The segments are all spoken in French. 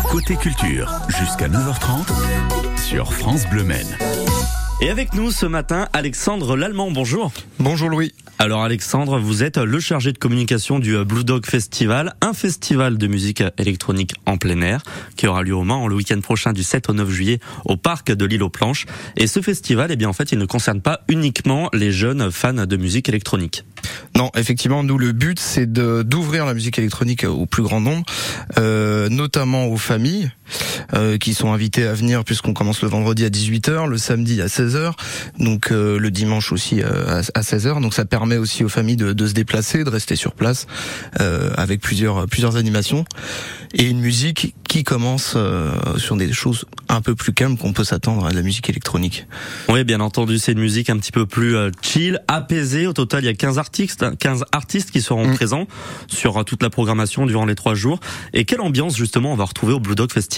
Côté culture, jusqu'à 9h30 sur France Bleu Maine. Et avec nous ce matin, Alexandre Lallemand, bonjour. Bonjour Louis. Alors Alexandre, vous êtes le chargé de communication du Blue Dog Festival, un festival de musique électronique en plein air qui aura lieu au Mans le week-end prochain du 7 au 9 juillet au parc de l'Île aux Planches. Et ce festival, en fait, il ne concerne pas uniquement les jeunes fans de musique électronique. Non, effectivement, nous le but c'est d'ouvrir la musique électronique au plus grand nombre, notamment aux familles qui sont invitées à venir puisqu'on commence le vendredi à 18h, le samedi à 16h, donc le dimanche aussi à 16h. Donc ça permet aussi aux familles de se déplacer, de rester sur place avec plusieurs animations et une musique qui commence sur des choses un peu plus calmes qu'on peut s'attendre à de la musique électronique. Oui, bien entendu, c'est une musique un petit peu plus chill, apaisée. Au total, il y a 15 artistes qui seront présents sur toute la programmation durant les 3 jours. Et quelle ambiance, justement, on va retrouver au Blue Dog Festival ?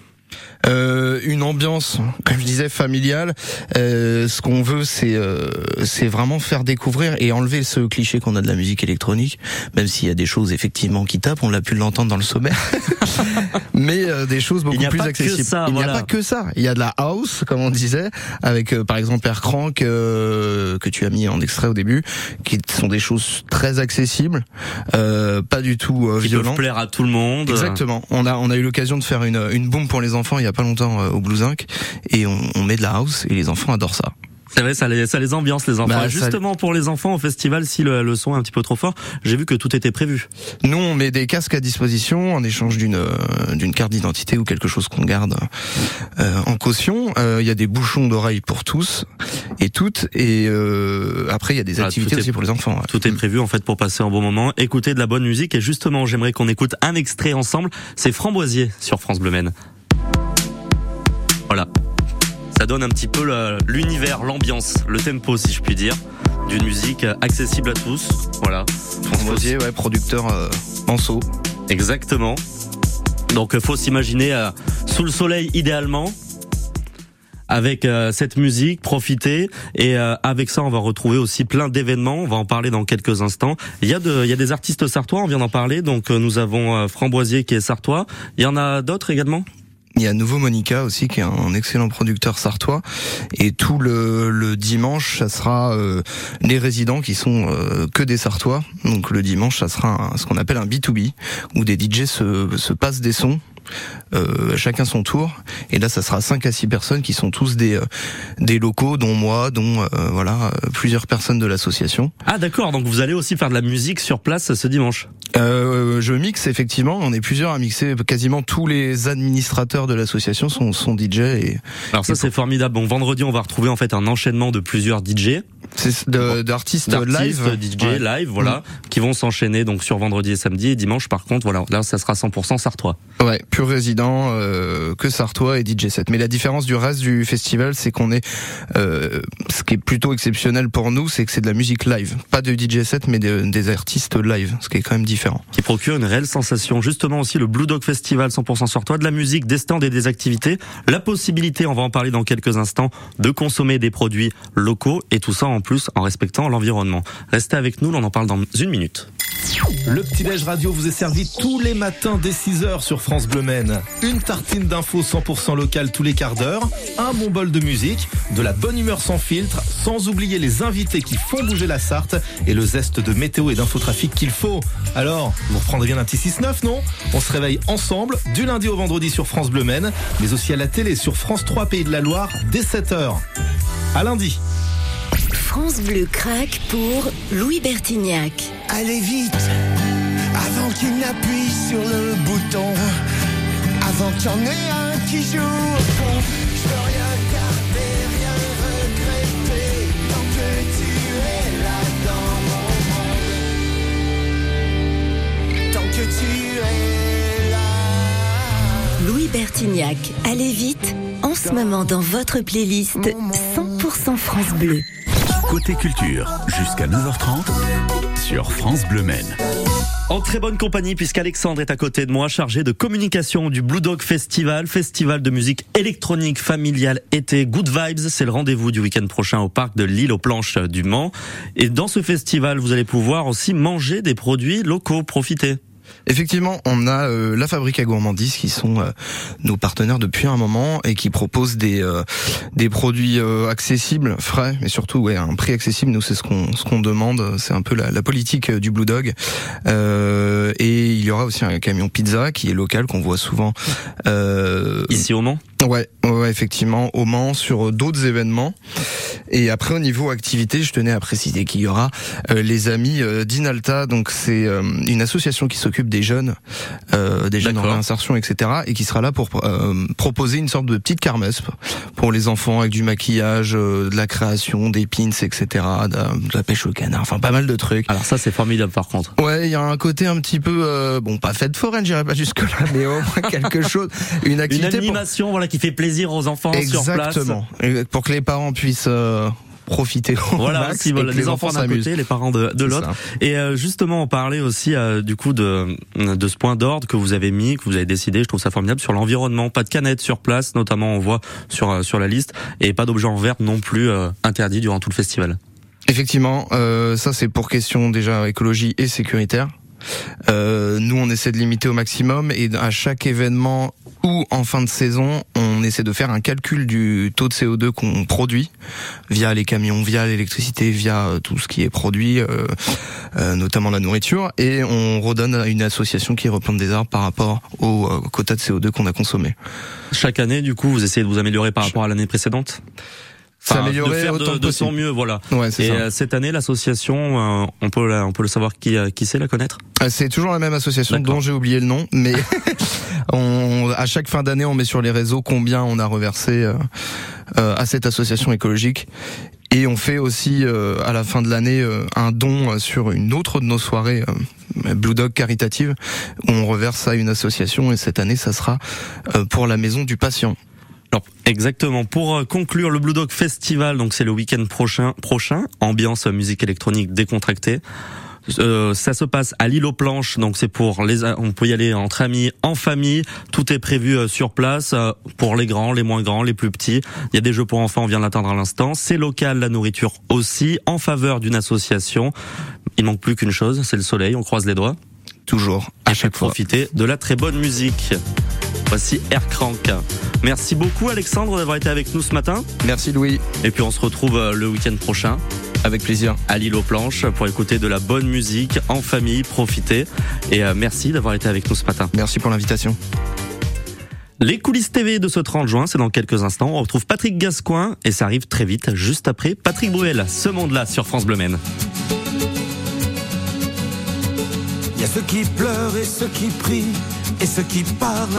Une ambiance, comme je disais, familiale. Ce qu'on veut, c'est vraiment faire découvrir et enlever ce cliché qu'on a de la musique électronique, même s'il y a des choses effectivement qui tapent, on l'a pu l'entendre dans le sommaire, mais des choses beaucoup plus accessibles. Il n'y a pas que ça. Il y a de la house, comme on disait, avec par exemple Air Crank que tu as mis en extrait au début, qui sont des choses très accessibles, pas du tout violentes. Qui peuvent plaire à tout le monde. Exactement. On a eu l'occasion de faire une boom pour les enfants il y a pas longtemps au Blue Zinc et on met de la house et les enfants adorent ça. C'est vrai, ça les ambiance les enfants. Justement pour les enfants au festival, si le son est un petit peu trop fort, j'ai vu que tout était prévu. Nous on met des casques à disposition en échange d'une carte d'identité ou quelque chose qu'on garde en caution. Il y a des bouchons d'oreilles pour tous et toutes et après il y a des activités aussi pour les enfants. Tout est prévu en fait pour passer un bon moment, écouter de la bonne musique et justement j'aimerais qu'on écoute un extrait ensemble. C'est Framboisier sur France Bleu Maine. Voilà. Ça donne un petit peu l'univers, l'ambiance, le tempo si je puis dire, d'une musique accessible à tous. Voilà. Framboisier, ouais, producteur Anso. Exactement. Donc faut s'imaginer sous le soleil idéalement, avec cette musique, profiter et avec ça on va retrouver aussi plein d'événements, on va en parler dans quelques instants. Il y a des artistes sartois, on vient d'en parler, donc nous avons Framboisier qui est sartois. Il y en a d'autres également ? Il y a Nouveau Monica aussi qui est un excellent producteur sartois et tout le dimanche ça sera les résidents qui sont que des sartois. Donc le dimanche ça sera ce qu'on appelle un B2B où des DJ se passent des sons. Chacun son tour et là ça sera 5 à 6 personnes qui sont tous des locaux dont moi plusieurs personnes de l'association. Ah d'accord, donc vous allez aussi faire de la musique sur place ce dimanche. Je mixe effectivement, on est plusieurs à mixer, quasiment tous les administrateurs de l'association sont DJ alors ça c'est formidable. Bon, vendredi on va retrouver en fait un enchaînement de plusieurs DJ. C'est d'artistes live, DJ live, voilà, qui vont s'enchaîner donc sur vendredi et samedi et dimanche par contre voilà, là ça sera 100% sartois. Ouais, pur résident que sartois et DJ set. Mais la différence du reste du festival, c'est qu'on est ce qui est plutôt exceptionnel pour nous, c'est que c'est de la musique live, pas de DJ set mais des artistes live, ce qui est quand même différent. Qui procure une réelle sensation. Justement aussi le Blue Dog Festival 100% sartois, de la musique, des stands et des activités, la possibilité, on va en parler dans quelques instants, de consommer des produits locaux et tout ça en plus en respectant l'environnement. Restez avec nous, on en parle dans 1 minute. Le petit-déj radio vous est servi tous les matins dès 6h sur France Bleu Maine. Une tartine d'infos 100% locale tous les quarts d'heure, un bon bol de musique, de la bonne humeur sans filtre, sans oublier les invités qui font bouger la Sarthe et le zeste de météo et d'infotrafic qu'il faut. Alors, vous reprendrez bien un petit 6-9, non ? On se réveille ensemble du lundi au vendredi sur France Bleu Maine, mais aussi à la télé sur France 3 Pays de la Loire dès 7h. À lundi. France Bleu craque pour Louis Bertignac. Allez vite, avant qu'il n'appuie sur le bouton, avant qu'il y en ait un qui joue au fond. Je peux rien garder, rien regretter, tant que tu es là dans mon monde. Tant que tu es là. Louis Bertignac, allez vite, en ce moment dans votre playlist 100% France Bleu. Côté culture, jusqu'à 9h30 sur France Bleu Maine. En très bonne compagnie puisqu'Alexandre est à côté de moi, chargé de communication du Blue Dog Festival, festival de musique électronique familiale été. Good Vibes, c'est le rendez-vous du week-end prochain au parc de l'Île aux Planches du Mans. Et dans ce festival, vous allez pouvoir aussi manger des produits locaux, profiter. Effectivement, on a la Fabrique à Gourmandise qui sont nos partenaires depuis un moment et qui proposent des produits accessibles, frais, mais surtout à un prix accessible. Nous, c'est ce qu'on demande. C'est un peu la politique du Blue Dog. Et il y aura aussi un camion pizza qui est local, qu'on voit souvent ici au Mans. Ouais, effectivement, au Mans, sur d'autres événements. Et après, au niveau activité, je tenais à préciser qu'il y aura les amis d'Inalta. Donc, c'est une association qui s'occupe des jeunes en réinsertion, etc. Et qui sera là pour proposer une sorte de petite kermesse pour les enfants avec du maquillage, de la création, des pins, etc. De la pêche au canard, enfin pas mal de trucs. Alors ça, c'est formidable par contre. Ouais, il y a un côté un petit peu, pas fête foraine, j'irai pas jusque-là, mais au moins quelque chose, une activité. Une animation, voilà, qui fait plaisir aux enfants sur place. Exactement. Pour que les parents puissent profiter au voilà max, aussi, voilà, les enfants d'un côté, les parents de l'autre. Et justement, on parlait aussi du coup de ce point d'ordre que vous avez mis, que vous avez décidé, je trouve ça formidable, sur l'environnement. Pas de canettes sur place, notamment on voit sur la liste, et pas d'objets en verre non plus interdits durant tout le festival. Effectivement, ça c'est pour question déjà écologie et sécuritaire. Nous on essaie de limiter au maximum, et à chaque événement ou en fin de saison, on essaie de faire un calcul du taux de CO2 qu'on produit via les camions, via l'électricité, via tout ce qui est produit, notamment la nourriture, et on redonne à une association qui replante des arbres par rapport au quota de CO2 qu'on a consommé. Chaque année, du coup, vous essayez de vous améliorer par rapport à l'année précédente ? S'améliorer de faire autant de son mieux, voilà. Ouais, c'est et ça. Cette année, l'association, on peut le savoir qui c'est, la connaître. C'est toujours la même association dont j'ai oublié le nom, mais à chaque fin d'année, on met sur les réseaux combien on a reversé à cette association écologique. Et on fait aussi à la fin de l'année un don sur une autre de nos soirées Blue Dog caritative, où on reverse à une association, et cette année, ça sera pour la Maison du Patient. Alors, exactement. Pour conclure le Blue Dog Festival, donc c'est le week-end prochain, ambiance musique électronique décontractée. Ça se passe à l'île aux Planches, donc c'est pour on peut y aller entre amis, en famille. Tout est prévu sur place pour les grands, les moins grands, les plus petits. Il y a des jeux pour enfants, on vient de l'atteindre à l'instant. C'est local, la nourriture aussi, en faveur d'une association. Il manque plus qu'une chose, c'est le soleil. On croise les doigts. Toujours, à chaque fois. Profiter de la très bonne musique. Voici Air Crank. Merci beaucoup Alexandre d'avoir été avec nous ce matin. Merci Louis. Et puis on se retrouve le week-end prochain. Avec plaisir. À l'île aux Planches pour écouter de la bonne musique en famille, profiter. Et merci d'avoir été avec nous ce matin. Merci pour l'invitation. Les coulisses TV de ce 30 juin, c'est dans quelques instants. On retrouve Patrick Gascoigne et ça arrive très vite, juste après Patrick Bruel. Ce monde-là sur France Bleu Maine. Il y a ceux qui pleurent et ceux qui prient et ceux qui parlent.